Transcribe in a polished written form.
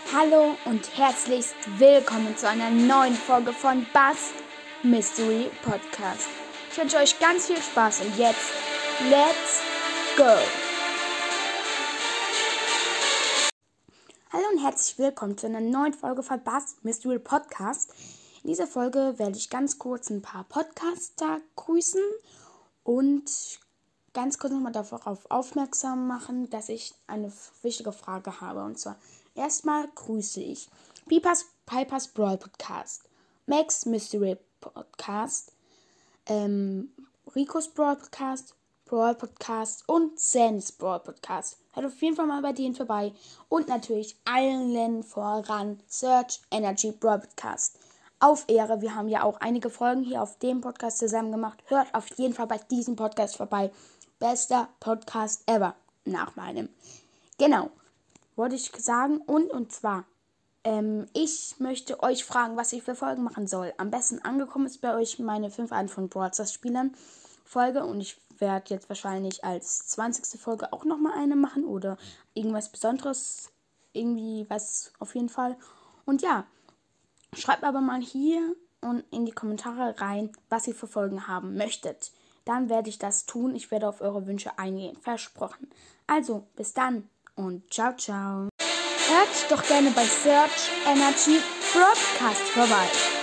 Hallo und herzlichst willkommen zu einer neuen Folge von Buzz Mystery Podcast. Ich wünsche euch ganz viel Spaß und jetzt, let's go! Hallo und herzlich willkommen zu einer neuen Folge von Buzz Mystery Podcast. In dieser Folge werde ich ganz kurz ein paar Podcaster grüßen und ganz kurz nochmal darauf aufmerksam machen, dass ich eine wichtige Frage habe. Und zwar, erstmal grüße ich Pipers Brawl Podcast, Max Mystery Podcast, Ricos Brawl Podcast und Sans Brawl Podcast. Hört auf jeden Fall mal bei denen vorbei. Und natürlich allen voran Search Energy Brawl Podcast. Auf Ehre, wir haben ja auch einige Folgen hier auf dem Podcast zusammen gemacht. Hört auf jeden Fall bei diesem Podcast vorbei. Bester Podcast ever. Nach meinem. Genau. Wollte ich sagen. Und zwar, ich möchte euch fragen, was ich für Folgen machen soll. Am besten angekommen ist bei euch meine 5 Arten von Brawl Stars Spielern Folge. Und ich werde jetzt wahrscheinlich als 20. Folge auch nochmal eine machen. Oder irgendwas Besonderes. Irgendwie was auf jeden Fall. Und ja, schreibt aber mal hier und in die Kommentare rein, was ihr für Folgen haben möchtet. Dann werde ich das tun. Ich werde auf eure Wünsche eingehen. Versprochen. Also, bis dann und ciao, ciao. Hört doch gerne bei Search Energy Broadcast vorbei.